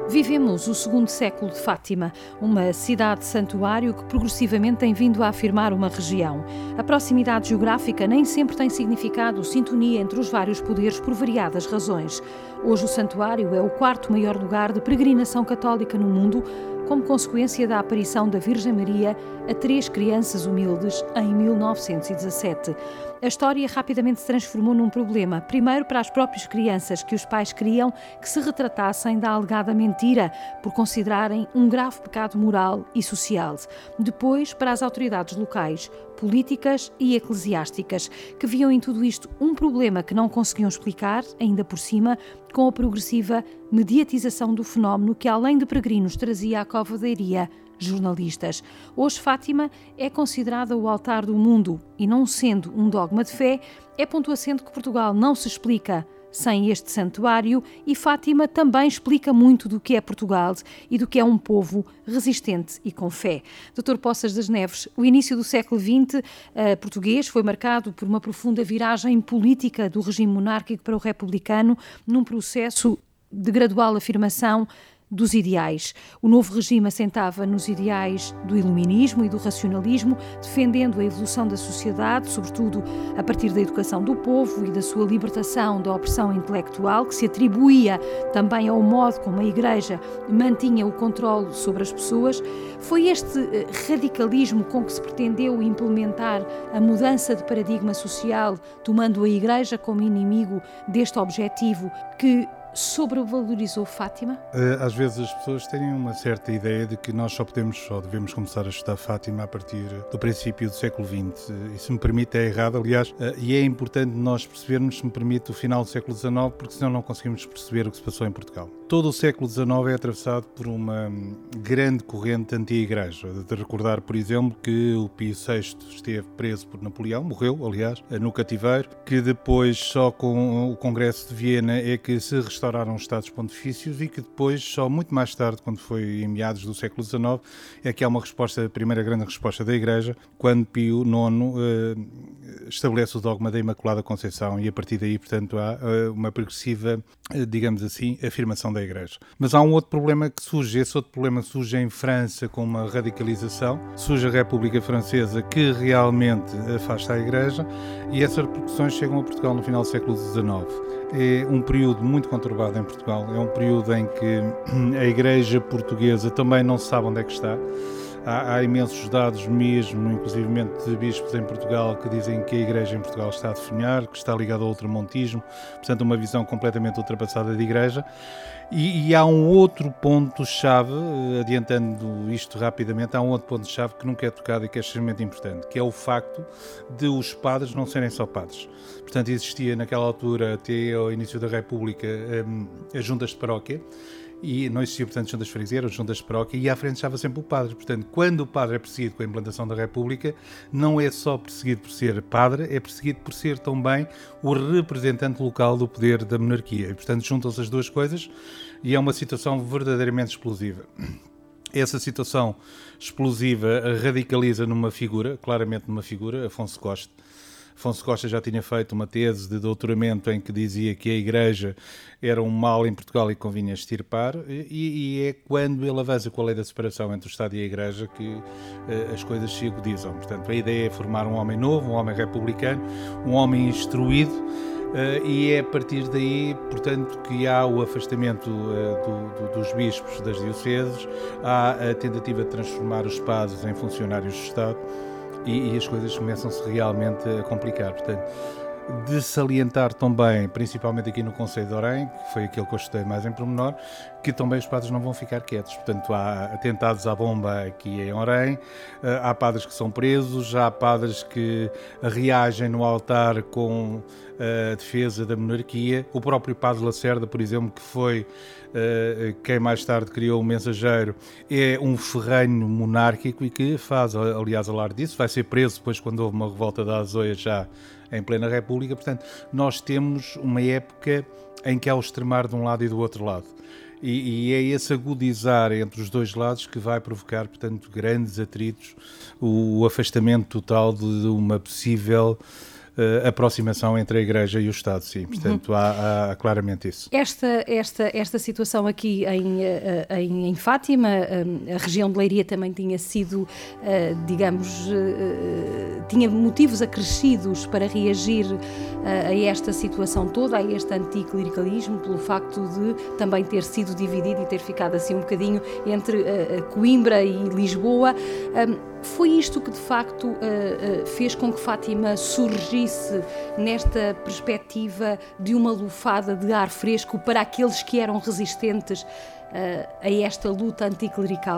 Vivemos o segundo século de Fátima, uma cidade-santuário que progressivamente tem vindo a afirmar uma região. A proximidade geográfica nem sempre tem significado sintonia entre os vários poderes por variadas razões. Hoje o santuário é o quarto maior lugar de peregrinação católica no mundo, como consequência da aparição da Virgem Maria a 3 crianças humildes em 1917. A história rapidamente se transformou num problema, primeiro para as próprias crianças, que os pais queriam que se retratassem da alegada mentira, por considerarem um grave pecado moral e social. Depois, para as autoridades locais, políticas e eclesiásticas, que viam em tudo isto um problema que não conseguiam explicar, ainda por cima, com a progressiva mediatização do fenómeno que, além de peregrinos, trazia à covadeiria jornalistas. Hoje Fátima é considerada o altar do mundo e, não sendo um dogma de fé, é ponto assente que Portugal não se explica sem este santuário, e Fátima também explica muito do que é Portugal e do que é um povo resistente e com fé. Dr. Poças das Neves, o início do século XX português foi marcado por uma profunda viragem política do regime monárquico para o republicano, num processo de gradual afirmação dos ideais. O novo regime assentava nos ideais do iluminismo e do racionalismo, defendendo a evolução da sociedade, sobretudo a partir da educação do povo e da sua libertação da opressão intelectual, que se atribuía também ao modo como a Igreja mantinha o controle sobre as pessoas. Foi este radicalismo com que se pretendeu implementar a mudança de paradigma social, tomando a Igreja como inimigo deste objetivo, que sobrevalorizou Fátima? Às vezes as pessoas têm uma certa ideia de que nós só devemos começar a estudar Fátima a partir do princípio do século XX. E se me permite, é errado, aliás, e é importante nós percebermos, se me permite, o final do século XIX, porque senão não conseguimos perceber o que se passou em Portugal. Todo o século XIX é atravessado por uma grande corrente anti-igreja. De recordar, por exemplo, que o Pio VI esteve preso por Napoleão, morreu, aliás, no cativeiro, que depois só com o Congresso de Viena é que se restauraram os Estados Pontifícios e que depois, só muito mais tarde, quando foi em meados do século XIX, é que há uma resposta, a primeira grande resposta da Igreja, quando Pio IX estabelece o dogma da Imaculada Conceição e a partir daí, portanto, há uma progressiva, digamos assim, afirmação da Igreja. Mas há um outro problema que surge, esse outro problema surge em França com uma radicalização, surge a República Francesa que realmente afasta a Igreja e essas repercussões chegam a Portugal no final do século XIX. É um período muito conturbado em Portugal, é um período em que a Igreja portuguesa também não se sabe onde é que está. Há imensos dados mesmo, inclusivamente de bispos em Portugal, que dizem que a Igreja em Portugal está a definhar, que está ligada ao ultramontismo, portanto uma visão completamente ultrapassada de Igreja. E há um outro ponto-chave, adiantando isto rapidamente, há um outro ponto-chave que nunca é tocado e que é extremamente importante, que é o facto de os padres não serem só padres. Portanto, existia naquela altura, até ao início da República, as juntas de paróquia, e não existia, portanto, juntas de freguesia, eram juntas de paróquia, e à frente estava sempre o padre. Portanto, quando o padre é perseguido com a implantação da República, não é só perseguido por ser padre, é perseguido por ser também o representante local do poder da monarquia. E, portanto, juntam-se as duas coisas e é uma situação verdadeiramente explosiva. Essa situação explosiva radicaliza numa figura, claramente numa figura, Afonso Costa. Afonso Costa já tinha feito uma tese de doutoramento em que dizia que a Igreja era um mal em Portugal e convinha extirpar, e é quando ele avança com a lei da separação entre o Estado e a Igreja que as coisas se agudizam. Portanto, a ideia é formar um homem novo, um homem republicano, um homem instruído, e é a partir daí, portanto, que há o afastamento dos bispos das dioceses, há a tentativa de transformar os padres em funcionários do Estado, e as coisas começam-se realmente a complicar. Portanto, de salientar também, principalmente aqui no Conselho de Orém, que foi aquele que eu estudei mais em pormenor, que também os padres não vão ficar quietos. Portanto, há atentados à bomba aqui em Orém, há padres que são presos, há padres que reagem no altar com a defesa da monarquia. O próprio padre Lacerda, por exemplo, que foi quem mais tarde criou o Mensageiro, é um ferrenho monárquico e que faz, aliás, alarde disso. Vai ser preso depois quando houve uma revolta da Azoia já em plena República. Portanto, nós temos uma época em que há o extremar de um lado e do outro lado. E é esse agudizar entre os dois lados que vai provocar, portanto, grandes atritos, o afastamento total de uma possível aproximação entre a Igreja e o Estado, sim. Portanto, há claramente isso. Esta situação aqui em Fátima, a região de Leiria também tinha sido, tinha motivos acrescidos para reagir a esta situação toda, a este anticlericalismo, pelo facto de também ter sido dividido e ter ficado assim um bocadinho entre Coimbra e Lisboa. Foi isto que de facto fez com que Fátima surgisse nesta perspectiva de uma lufada de ar fresco para aqueles que eram resistentes a esta luta anticlerical?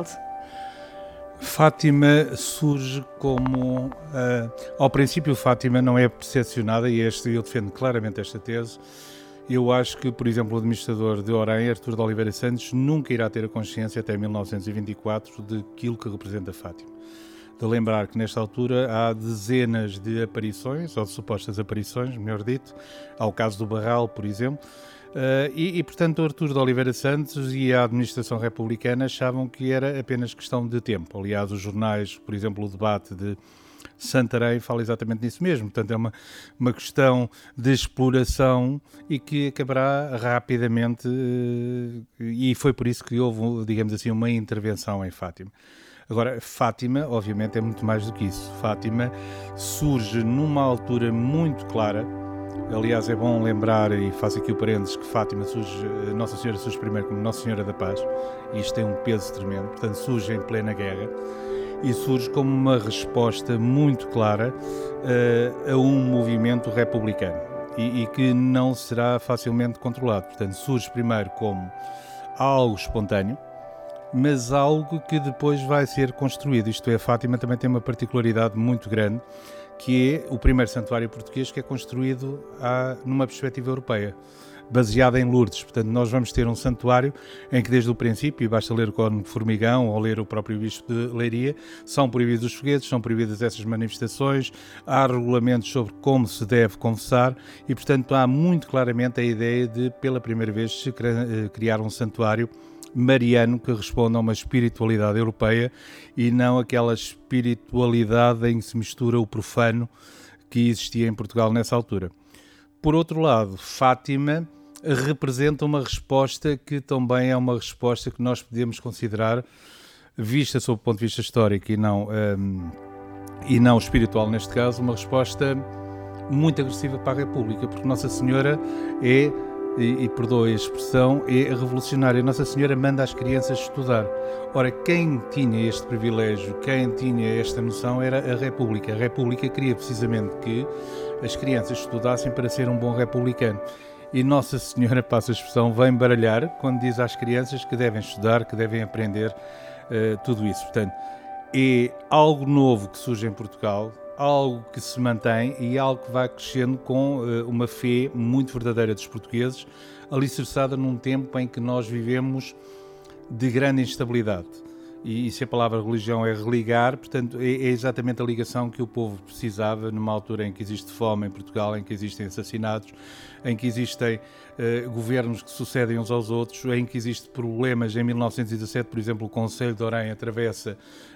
Fátima surge como... ao princípio, Fátima não é percepcionada, e eu defendo claramente esta tese. Eu acho que, por exemplo, o administrador de Orem, Artur de Oliveira Santos, nunca irá ter a consciência até 1924 daquilo que representa Fátima. De lembrar que nesta altura há dezenas de aparições, ou de supostas aparições, melhor dito, ao caso do Barral, por exemplo, portanto, Artur de Oliveira Santos e a administração republicana achavam que era apenas questão de tempo. Aliás, os jornais, por exemplo, o debate de Santarém fala exatamente nisso mesmo. Portanto, é uma questão de exploração e que acabará rapidamente, e foi por isso que houve, digamos assim, uma intervenção em Fátima. Agora, Fátima, obviamente, é muito mais do que isso. Fátima surge numa altura muito clara. Aliás, é bom lembrar, e faço aqui o parênteses, que Fátima surge, Nossa Senhora surge primeiro como Nossa Senhora da Paz, e isto tem um peso tremendo, portanto surge em plena guerra, e surge como uma resposta muito clara a um movimento republicano, e que não será facilmente controlado. Portanto, surge primeiro como algo espontâneo, mas algo que depois vai ser construído. Isto é, Fátima também tem uma particularidade muito grande, que é o primeiro santuário português que é construído numa perspectiva europeia, baseada em Lourdes. Portanto, nós vamos ter um santuário em que desde o princípio, e basta ler o Código de Formigão ou ler o próprio Bispo de Leiria, são proibidos os foguetes, são proibidas essas manifestações, há regulamentos sobre como se deve confessar e, portanto, há muito claramente a ideia de, pela primeira vez, se criar um santuário mariano que responda a uma espiritualidade europeia e não aquela espiritualidade em que se mistura o profano que existia em Portugal nessa altura. Por outro lado, Fátima representa uma resposta que também é uma resposta que nós podemos considerar, vista sob o ponto de vista histórico e não espiritual neste caso, uma resposta muito agressiva para a República, porque Nossa Senhora é, e perdoe a expressão, é revolucionária. Nossa Senhora manda as crianças estudar. Ora, quem tinha este privilégio, quem tinha esta noção era a República. A República queria precisamente que as crianças estudassem para ser um bom republicano. E Nossa Senhora, passa a expressão, vem baralhar quando diz às crianças que devem estudar, que devem aprender tudo isso. Portanto, é algo novo que surge em Portugal, algo que se mantém e algo que vai crescendo com uma fé muito verdadeira dos portugueses, alicerçada num tempo em que nós vivemos de grande instabilidade. E se a palavra religião é religar, portanto, é exatamente a ligação que o povo precisava numa altura em que existe fome em Portugal, em que existem assassinatos, em que existem governos que sucedem uns aos outros, em que existem problemas. Em 1917, por exemplo, o Conselho de Orem atravessa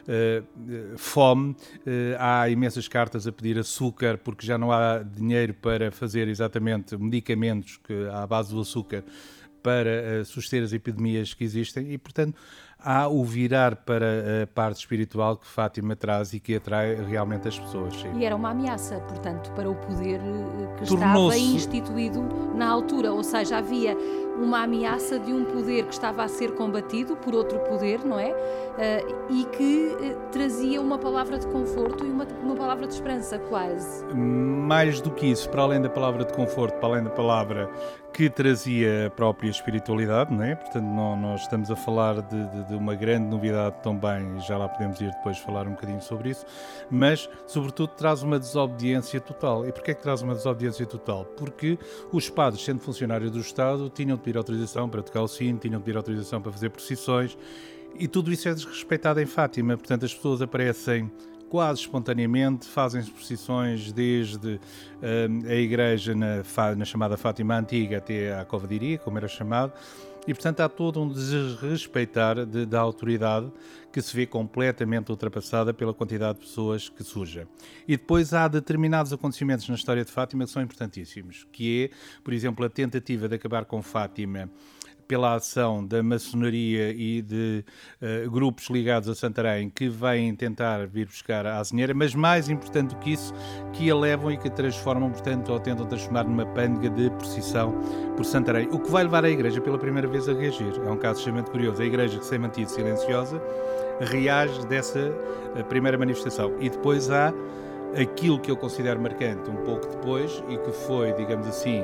fome, há imensas cartas a pedir açúcar, porque já não há dinheiro para fazer exatamente medicamentos à base do açúcar para suster as epidemias que existem e, portanto, há o virar para a parte espiritual que Fátima traz e que atrai realmente as pessoas. Sim. E era uma ameaça, portanto, para o poder que estava instituído na altura, ou seja, havia uma ameaça de um poder que estava a ser combatido por outro poder, não é? E que trazia uma palavra de conforto e uma palavra de esperança, quase. Mais do que isso, para além da palavra de conforto, para além da palavra que trazia a própria espiritualidade, não é? Portanto, nós estamos a falar de uma grande novidade também, já lá podemos ir depois falar um bocadinho sobre isso, mas, sobretudo, traz uma desobediência total. E porquê é que traz uma desobediência total? Porque os padres, sendo funcionários do Estado, tinham de pedir autorização para tocar o sino, tinham de pedir autorização para fazer procissões, e tudo isso é desrespeitado em Fátima. Portanto, as pessoas aparecem quase espontaneamente, fazem-se procissões desde a igreja na chamada Fátima Antiga até à Cova de Iria, como era chamado, e portanto há todo um desrespeitar da autoridade que se vê completamente ultrapassada pela quantidade de pessoas que surgem. E depois há determinados acontecimentos na história de Fátima que são importantíssimos, que é, por exemplo, a tentativa de acabar com Fátima pela ação da maçonaria e de grupos ligados a Santarém que vêm tentar vir buscar a Azinheira, mas mais importante do que isso, que a levam e que a transformam, portanto, ou tentam transformar numa pândega de procissão por Santarém, o que vai levar a Igreja pela primeira vez a reagir. É um caso extremamente curioso. A Igreja, que se tem mantido silenciosa, reage dessa primeira manifestação. E depois há aquilo que eu considero marcante um pouco depois e que foi, digamos assim,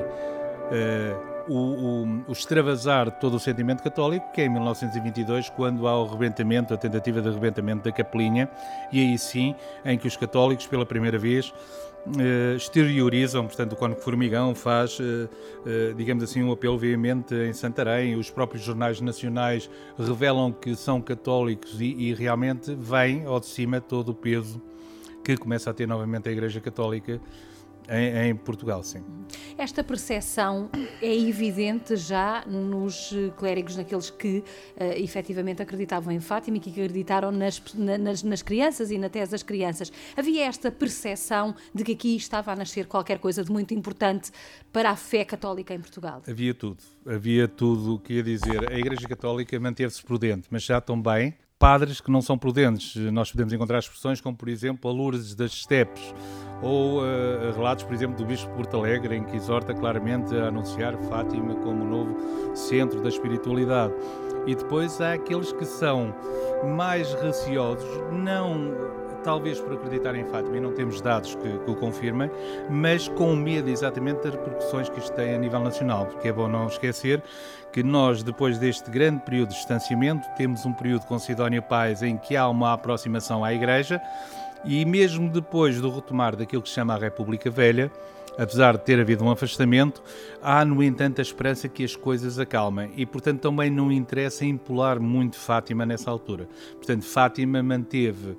o extravasar de todo o sentimento católico, que é em 1922, quando há o rebentamento, a tentativa de rebentamento da Capelinha, e aí sim, em que os católicos, pela primeira vez, exteriorizam, portanto, o Cónigo Formigão faz, digamos assim, um apelo veemente em Santarém, os próprios jornais nacionais revelam que são católicos e realmente vem ao de cima todo o peso que começa a ter novamente a Igreja Católica em Portugal, sim. Esta percepção é evidente já nos clérigos, naqueles que efetivamente acreditavam em Fátima e que acreditaram nas crianças e na tese das crianças. Havia esta percepção de que aqui estava a nascer qualquer coisa de muito importante para a fé católica em Portugal? Havia tudo, queria dizer, a Igreja Católica manteve-se prudente, mas já também padres que não são prudentes. Nós podemos encontrar expressões como, por exemplo, a Lourdes das Estepes, ou relatos, por exemplo, do Bispo de Porto Alegre, em que exorta claramente a anunciar Fátima como novo centro da espiritualidade. E depois há aqueles que são mais receosos, não talvez por acreditar em Fátima, e não temos dados que o confirmem, mas com medo exatamente das repercussões que isto tem a nível nacional, porque é bom não esquecer que nós, depois deste grande período de distanciamento, temos um período com Sidónia Pais em que há uma aproximação à Igreja, e mesmo depois do retomar daquilo que se chama a República Velha, apesar de ter havido um afastamento, há, no entanto, a esperança que as coisas acalmem e, portanto, também não interessa impolar muito Fátima nessa altura. Portanto, Fátima manteve,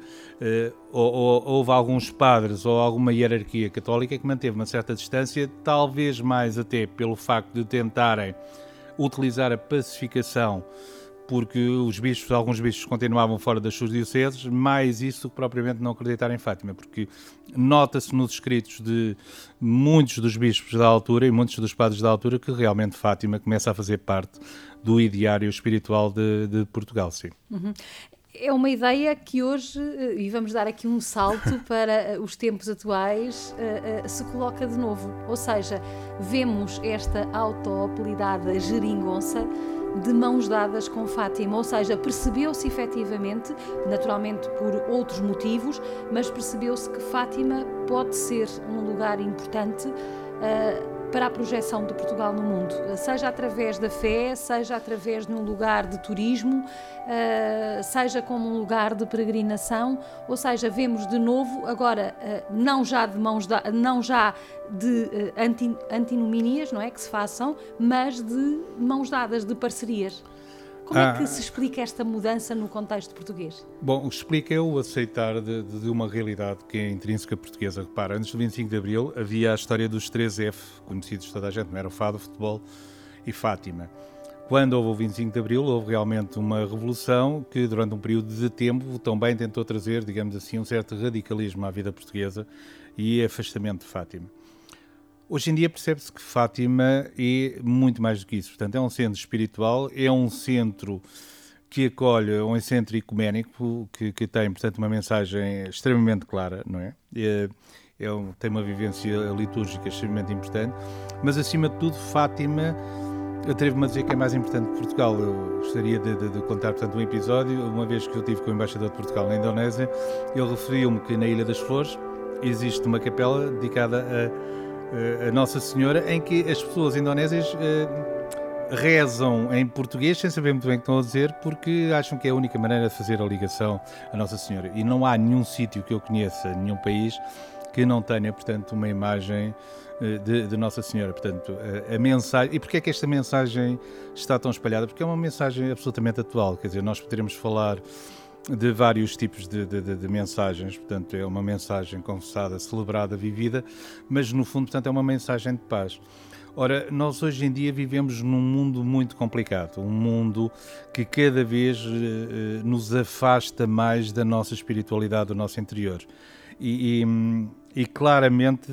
houve alguns padres ou alguma hierarquia católica que manteve uma certa distância, talvez mais até pelo facto de tentarem utilizar a pacificação, porque alguns bispos continuavam fora das suas dioceses, mais isso do que propriamente não acreditar em Fátima, porque nota-se nos escritos de muitos dos bispos da altura e muitos dos padres da altura que realmente Fátima começa a fazer parte do ideário espiritual de Portugal, sim. Uhum. É uma ideia que hoje, e vamos dar aqui um salto para os tempos atuais, se coloca de novo. Ou seja, vemos esta auto-apelidada geringonça de mãos dadas com Fátima, ou seja, percebeu-se efetivamente, naturalmente por outros motivos, mas percebeu-se que Fátima pode ser um lugar importante para a projeção de Portugal no mundo, seja através da fé, seja através de um lugar de turismo, seja como um lugar de peregrinação, ou seja, vemos de novo, agora não já de antinominias, não é, que se façam, mas de mãos dadas, de parcerias. Como é que se explica esta mudança no contexto português? Bom, o que explica é o aceitar de uma realidade que é intrínseca portuguesa. Repara, antes do 25 de Abril havia a história dos 3F, conhecidos de toda a gente, não era o fado, o futebol e Fátima. Quando houve o 25 de Abril, houve realmente uma revolução que durante um período de tempo também tentou trazer, digamos assim, um certo radicalismo à vida portuguesa e afastamento de Fátima. Hoje em dia percebe-se que Fátima é muito mais do que isso. Portanto, é um centro espiritual, é um centro que acolhe, um centro ecuménico que tem, portanto, uma mensagem extremamente clara, não é? Tem uma vivência litúrgica extremamente importante, mas, acima de tudo, Fátima, atrevo-me a dizer que é mais importante que Portugal. Eu gostaria de contar, portanto, um episódio. Uma vez que eu estive com o embaixador de Portugal na Indonésia, ele referiu-me que na Ilha das Flores existe uma capela dedicada a Nossa Senhora, em que as pessoas indonésias rezam em português sem saber muito bem o que estão a dizer, porque acham que é a única maneira de fazer a ligação a Nossa Senhora. E não há nenhum sítio que eu conheça, nenhum país, que não tenha, portanto, uma imagem de Nossa Senhora. Portanto, a mensagem... E porquê é que esta mensagem está tão espalhada? Porque é uma mensagem absolutamente atual. Quer dizer, nós poderemos falar de vários tipos de mensagens. Portanto, é uma mensagem confessada, celebrada, vivida, mas no fundo, portanto, é uma mensagem de paz. Ora, nós hoje em dia vivemos num mundo muito complicado, um mundo que cada vez nos afasta mais da nossa espiritualidade, do nosso interior. E claramente,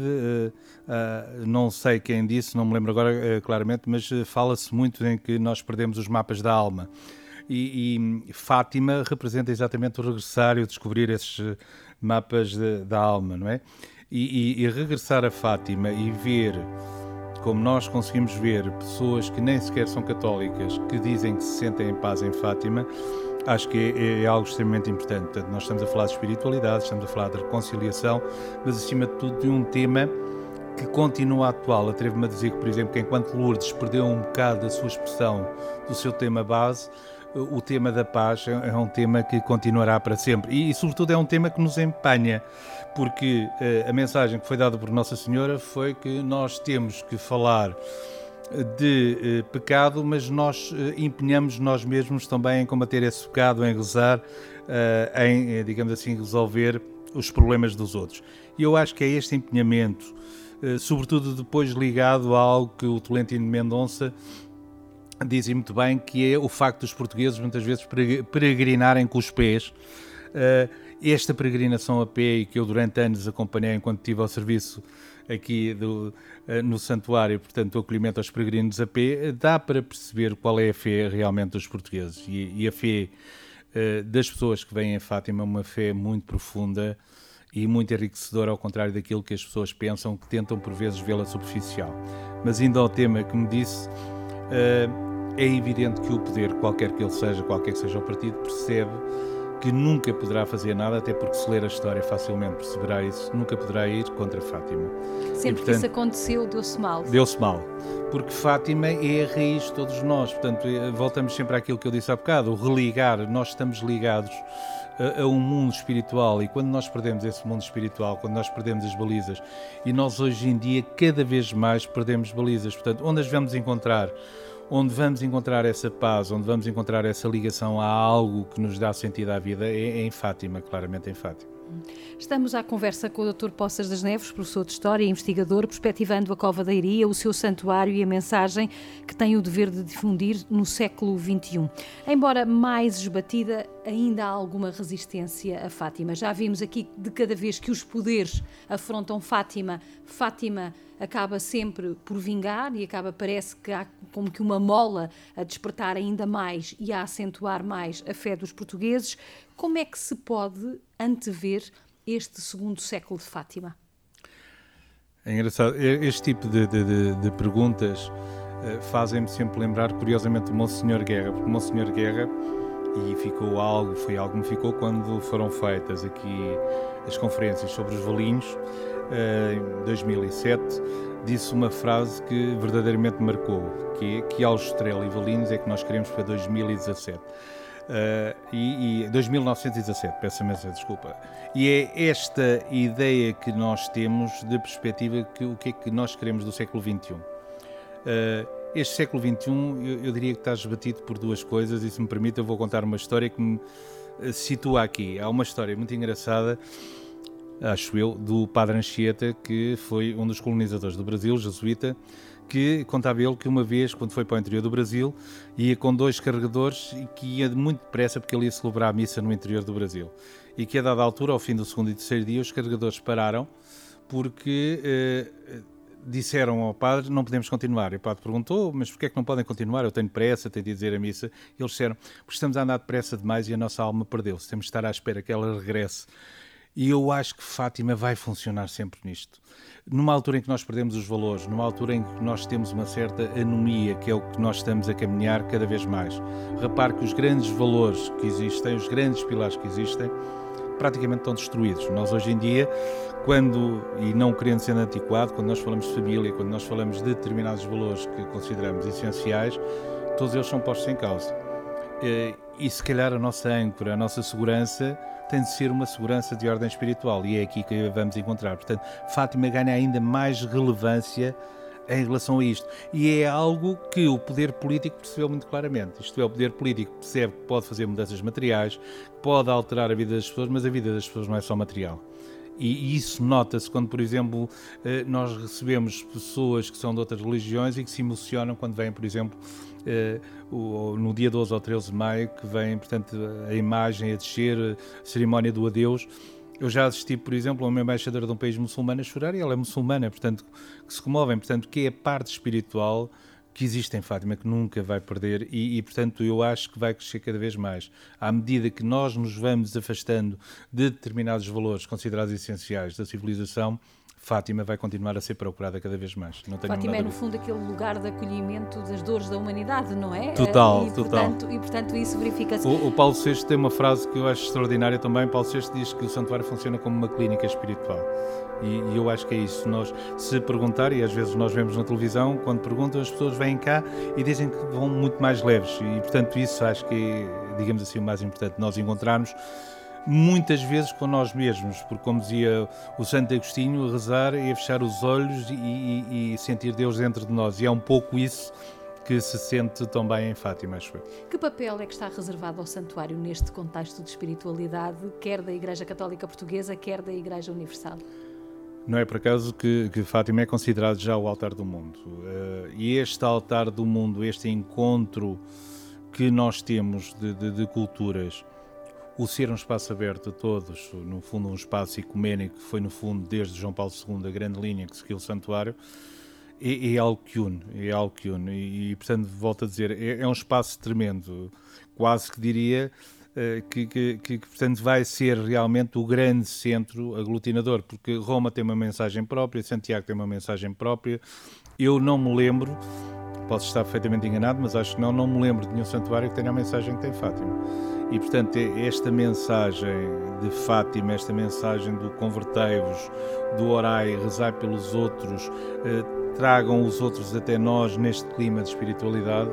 não sei quem disse, não me lembro agora claramente, mas fala-se muito em que nós perdemos os mapas da alma. E Fátima representa exatamente o regressar e o descobrir esses mapas da alma, não é? E regressar a Fátima e ver, como nós conseguimos ver, pessoas que nem sequer são católicas, que dizem que se sentem em paz em Fátima, acho que é algo extremamente importante. Portanto, nós estamos a falar de espiritualidade, estamos a falar de reconciliação, mas acima de tudo de um tema que continua atual. Atrevo-me a dizer que, por exemplo, que enquanto Lourdes perdeu um bocado da sua expressão, do seu tema base, o tema da paz é um tema que continuará para sempre e sobretudo é um tema que nos empenha, porque a mensagem que foi dada por Nossa Senhora foi que nós temos que falar de pecado, mas nós empenhamos nós mesmos também em combater esse pecado, em rezar, em, digamos assim, resolver os problemas dos outros. E eu acho que é este empenhamento, sobretudo depois ligado a algo que o Tolentino de Mendonça dizem muito bem, que é o facto dos portugueses muitas vezes peregrinarem com os pés. Esta peregrinação a pé, e que eu durante anos acompanhei enquanto estive ao serviço aqui no santuário, portanto o acolhimento aos peregrinos a pé, dá para perceber qual é a fé realmente dos portugueses. E a fé das pessoas que vêm a Fátima é uma fé muito profunda e muito enriquecedora, ao contrário daquilo que as pessoas pensam, que tentam por vezes vê-la superficial. Mas ainda ao tema que me disse, é evidente que o poder, qualquer que ele seja, qualquer que seja o partido, percebe que nunca poderá fazer nada, até porque se ler a história facilmente perceberá isso, nunca poderá ir contra Fátima. Sempre que isso aconteceu, deu-se mal. Deu-se mal, porque Fátima é a raiz de todos nós, portanto voltamos sempre àquilo que eu disse há bocado, o religar. Nós estamos ligados a um mundo espiritual, e quando nós perdemos esse mundo espiritual, quando nós perdemos as balizas, e nós hoje em dia cada vez mais perdemos balizas, portanto onde as vamos encontrar? Onde vamos encontrar essa paz, onde vamos encontrar essa ligação a algo que nos dá sentido à vida, é em Fátima, claramente em Fátima. Estamos à conversa com o Dr. Poças das Neves, professor de História e investigador, perspectivando a Cova da Iria, o seu santuário e a mensagem que tem o dever de difundir no século XXI. Embora mais esbatida, ainda há alguma resistência a Fátima. Já vimos aqui, de cada vez que os poderes afrontam Fátima, Fátima acaba sempre por vingar e parece que há como que uma mola a despertar ainda mais e a acentuar mais a fé dos portugueses. Como é que se pode antever este segundo século de Fátima? É engraçado, este tipo de perguntas fazem-me sempre lembrar, curiosamente, do Monsenhor Guerra, porque o Monsenhor Guerra, e foi algo que me ficou quando foram feitas aqui as conferências sobre os Valinhos, em 2007, disse uma frase que verdadeiramente marcou, que é que Aljustrel e Valinhos é que nós queremos para 2017. 2917, peço imensa desculpa. E é esta ideia que nós temos de perspectiva, que o que é que nós queremos do século XXI. Este século XXI, eu diria que está esbatido por duas coisas, e se me permite eu vou contar uma história que me situa aqui. Há uma história muito engraçada, acho eu, do Padre Anchieta, que foi um dos colonizadores do Brasil, jesuíta, que contava ele que uma vez, quando foi para o interior do Brasil, ia com 2 carregadores e que ia muito depressa porque ele ia celebrar a missa no interior do Brasil. E que a dada altura, ao fim do 2º e 3º dia, os carregadores pararam porque disseram ao padre: não podemos continuar. E o padre perguntou: mas porquê é que não podem continuar? Eu tenho pressa, tenho de dizer a missa. E eles disseram: porque estamos a andar depressa demais e a nossa alma perdeu-se, temos de estar à espera que ela regresse. E eu acho que Fátima vai funcionar sempre nisto. Numa altura em que nós perdemos os valores, numa altura em que nós temos uma certa anomia, que é o que nós estamos a caminhar cada vez mais. Repare que os grandes valores que existem, os grandes pilares que existem, praticamente estão destruídos. Nós hoje em dia, e não querendo ser antiquado, quando nós falamos de família, quando nós falamos de determinados valores que consideramos essenciais, todos eles são postos em causa. E se calhar a nossa âncora, a nossa segurança, tem de ser uma segurança de ordem espiritual, e é aqui que a vamos encontrar. Portanto, Fátima ganha ainda mais relevância em relação a isto. E é algo que o poder político percebeu muito claramente. Isto é, o poder político percebe que pode fazer mudanças materiais, pode alterar a vida das pessoas, mas a vida das pessoas não é só material. E isso nota-se quando, por exemplo, nós recebemos pessoas que são de outras religiões e que se emocionam quando vêm, por exemplo, no dia 12 ou 13 de maio, que vem, portanto, a imagem a descer, a cerimónia do adeus. Eu já assisti, por exemplo, a uma embaixadora de um país muçulmano a chorar, e ela é muçulmana, portanto, que se comovem, portanto, que é a parte espiritual que existe em Fátima, que nunca vai perder e, portanto, eu acho que vai crescer cada vez mais. À medida que nós nos vamos afastando de determinados valores considerados essenciais da civilização, Fátima vai continuar a ser procurada cada vez mais. Não tenho Fátima é, no fundo, aquele lugar de acolhimento das dores da humanidade, não é? Total. Portanto, isso verifica-se. O Paulo VI tem uma frase que eu acho extraordinária também. Paulo VI diz que o santuário funciona como uma clínica espiritual. E eu acho que é isso. Nós, se perguntar, e às vezes nós vemos na televisão, quando perguntam, as pessoas vêm cá e dizem que vão muito mais leves. E, portanto, isso acho que é, digamos assim, o mais importante. Nós encontrarmos muitas vezes com nós mesmos, porque, como dizia o Santo Agostinho, a rezar é fechar os olhos e sentir Deus dentro de nós. E é um pouco isso que se sente também em Fátima, acho eu. Que papel é que está reservado ao santuário neste contexto de espiritualidade, quer da Igreja Católica Portuguesa, quer da Igreja Universal? Não é por acaso que Fátima é considerado já o altar do mundo. E este altar do mundo, este encontro que nós temos de culturas, o ser um espaço aberto a todos, no fundo um espaço ecuménico, que foi no fundo desde João Paulo II a grande linha que seguiu o santuário, é algo que une, e portanto volto a dizer, é um espaço tremendo, quase que diria que portanto vai ser realmente o grande centro aglutinador, porque Roma tem uma mensagem própria, Santiago tem uma mensagem própria. Eu não me lembro, posso estar perfeitamente enganado, mas acho que não me lembro de nenhum santuário que tenha a mensagem que tem Fátima. E, portanto, esta mensagem de Fátima, esta mensagem do convertei-vos, do orai, rezai pelos outros, tragam os outros até nós neste clima de espiritualidade,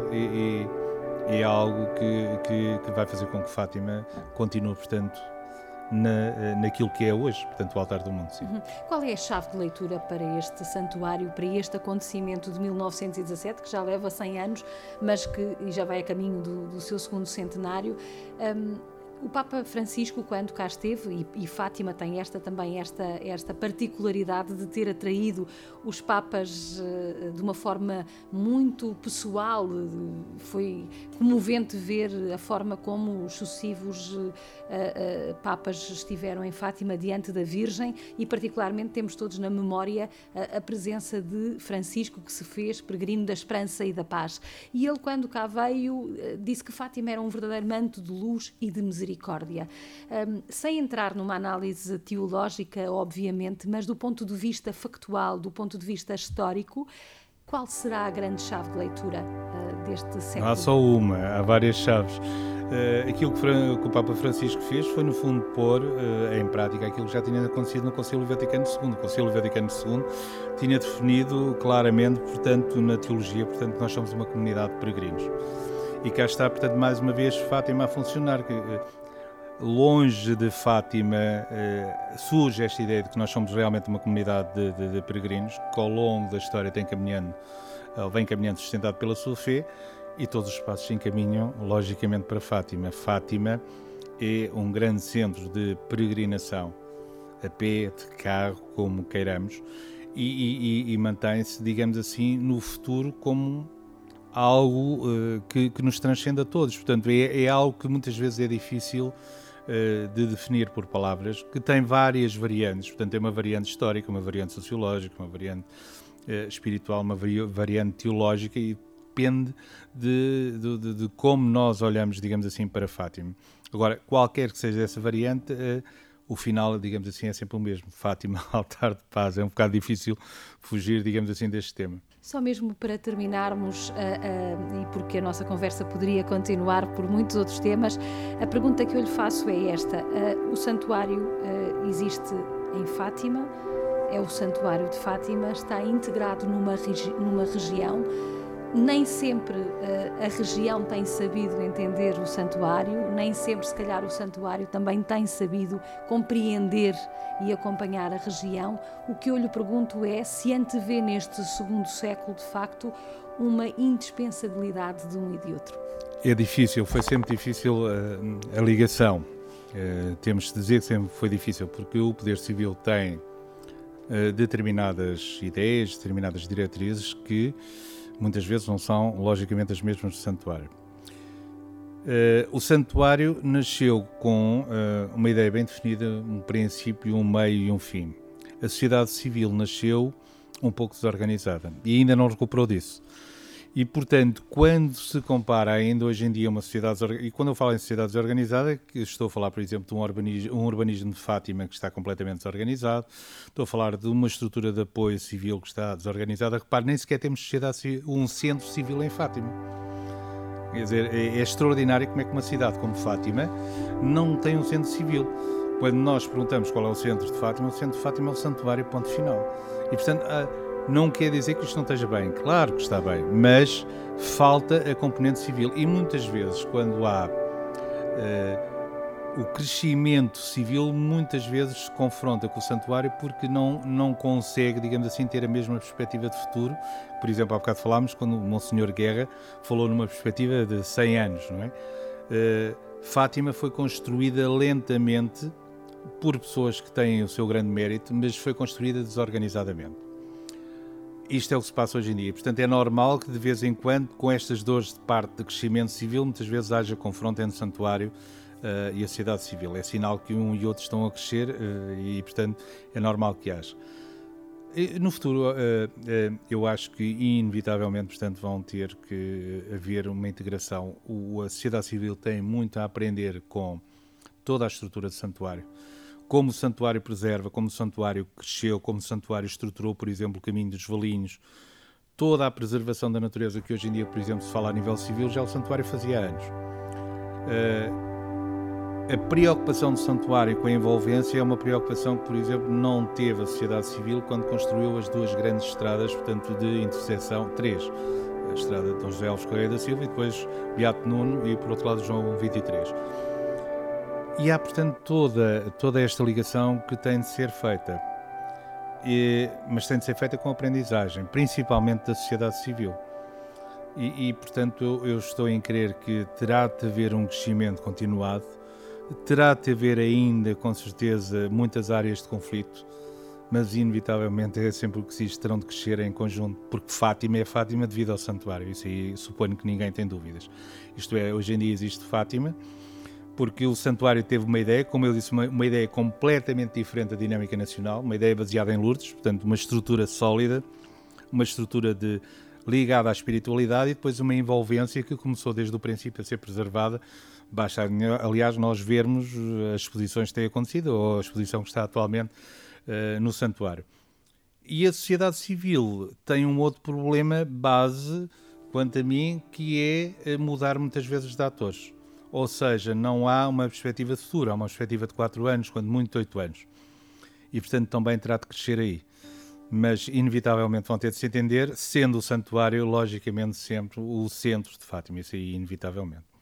é algo que vai fazer com que Fátima continue, portanto, naquilo que é hoje, portanto, o altar do mundo. Sim. Qual é a chave de leitura para este santuário, para este acontecimento de 1917, que já leva 100 anos, mas que já vai a caminho do seu segundo centenário? O Papa Francisco, quando cá esteve, e Fátima tem também esta particularidade de ter atraído os Papas de uma forma muito pessoal. Foi comovente ver a forma como os sucessivos Papas estiveram em Fátima diante da Virgem, e particularmente temos todos na memória a presença de Francisco, que se fez peregrino da esperança e da paz. E ele, quando cá veio, disse que Fátima era um verdadeiro manto de luz e de misericórdia. Sem entrar numa análise teológica, obviamente, mas do ponto de vista factual, do ponto de vista histórico, qual será a grande chave de leitura deste século? Não há só uma, há várias chaves. Aquilo que o Papa Francisco fez foi, no fundo, pôr em prática aquilo que já tinha acontecido no Concílio Vaticano II. O Concílio Vaticano II tinha definido claramente, portanto, na teologia, portanto, nós somos uma comunidade de peregrinos. E cá está, portanto, mais uma vez, Fátima a funcionar. Longe de Fátima surge esta ideia de que nós somos realmente uma comunidade de peregrinos, que ao longo da história vem caminhando sustentado pela sua fé, e todos os passos se encaminham, logicamente, para Fátima. Fátima é um grande centro de peregrinação, a pé, de carro, como queiramos, e mantém-se, digamos assim, no futuro como algo que nos transcende a todos. Portanto, é algo que muitas vezes é difícil de definir por palavras, que tem várias variantes. Portanto, tem uma variante histórica, uma variante sociológica, uma variante espiritual, uma variante teológica, e depende de como nós olhamos, digamos assim, para Fátima. Agora, qualquer que seja essa variante, o final, digamos assim, é sempre o mesmo. Fátima, altar de paz. É um bocado difícil fugir, digamos assim, deste tema. Só mesmo para terminarmos, e porque a nossa conversa poderia continuar por muitos outros temas, a pergunta que eu lhe faço é esta. O santuário existe em Fátima, é o santuário de Fátima, está integrado numa região. Nem sempre a região tem sabido entender o santuário, nem sempre, se calhar, o santuário também tem sabido compreender e acompanhar a região. O que eu lhe pergunto é se antevê neste segundo século, de facto, uma indispensabilidade de um e de outro. É difícil, foi sempre difícil a ligação. Temos de dizer que sempre foi difícil, porque o poder civil tem determinadas ideias, determinadas diretrizes que muitas vezes não são, logicamente, as mesmas do santuário. O santuário nasceu com uma ideia bem definida, um princípio, um meio e um fim. A sociedade civil nasceu um pouco desorganizada e ainda não recuperou disso. E, portanto, quando se compara ainda hoje em dia uma sociedade desorganizada, e quando eu falo em sociedade desorganizada, estou a falar, por exemplo, de um urbanismo de Fátima que está completamente desorganizado, estou a falar de uma estrutura de apoio civil que está desorganizada. Repare, nem sequer temos um centro civil em Fátima. Quer dizer, é extraordinário como é que uma cidade como Fátima não tem um centro civil. Quando nós perguntamos qual é o centro de Fátima, o centro de Fátima é o santuário, ponto final. E, portanto, não quer dizer que isto não esteja bem, claro que está bem, mas falta a componente civil. E muitas vezes, quando há o crescimento civil, muitas vezes se confronta com o santuário porque não consegue, digamos assim, ter a mesma perspectiva de futuro. Por exemplo, há bocado falámos, quando o Monsenhor Guerra falou numa perspectiva de 100 anos, não é? Fátima foi construída lentamente por pessoas que têm o seu grande mérito, mas foi construída desorganizadamente. Isto é o que se passa hoje em dia. Portanto, é normal que de vez em quando, com estas dores de parte de crescimento civil, muitas vezes haja confronto entre o santuário e a sociedade civil. É sinal que um e outro estão a crescer e, portanto, é normal que haja. No futuro, eu acho que, inevitavelmente, portanto, vão ter que haver uma integração. A sociedade civil tem muito a aprender com toda a estrutura do santuário. Como o santuário preserva, como o santuário cresceu, como o santuário estruturou, por exemplo, o caminho dos Valinhos, toda a preservação da natureza que hoje em dia, por exemplo, se fala a nível civil, já o santuário fazia há anos. A preocupação do santuário com a envolvência é uma preocupação que, por exemplo, não teve a sociedade civil quando construiu as duas grandes estradas, portanto, de interseção, três. A estrada de Dom José Alves Correia da Silva e depois Beato Nuno e, por outro lado, João 23. E há, portanto, toda esta ligação que tem de ser feita, mas tem de ser feita com aprendizagem, principalmente da sociedade civil. E portanto, eu estou em crer que terá de haver um crescimento continuado, terá de haver ainda, com certeza, muitas áreas de conflito, mas inevitavelmente é sempre o que se diz, terão de crescer em conjunto, porque Fátima é Fátima devido ao santuário, isso aí suponho que ninguém tem dúvidas. Isto é, hoje em dia existe Fátima, porque o santuário teve uma ideia, como eu disse, uma ideia completamente diferente da dinâmica nacional, uma ideia baseada em Lourdes, portanto uma estrutura sólida, uma estrutura ligada à espiritualidade e depois uma envolvência que começou desde o princípio a ser preservada. Basta, aliás, nós vermos as exposições que têm acontecido ou a exposição que está atualmente no santuário. E a sociedade civil tem um outro problema base, quanto a mim, que é mudar muitas vezes de atores. Ou seja, não há uma perspectiva de futuro, há uma perspectiva de 4 anos, quando muito 8 anos. E, portanto, também terá de crescer aí. Mas, inevitavelmente, vão ter de se entender, sendo o santuário, logicamente, sempre o centro de Fátima. Isso aí, inevitavelmente.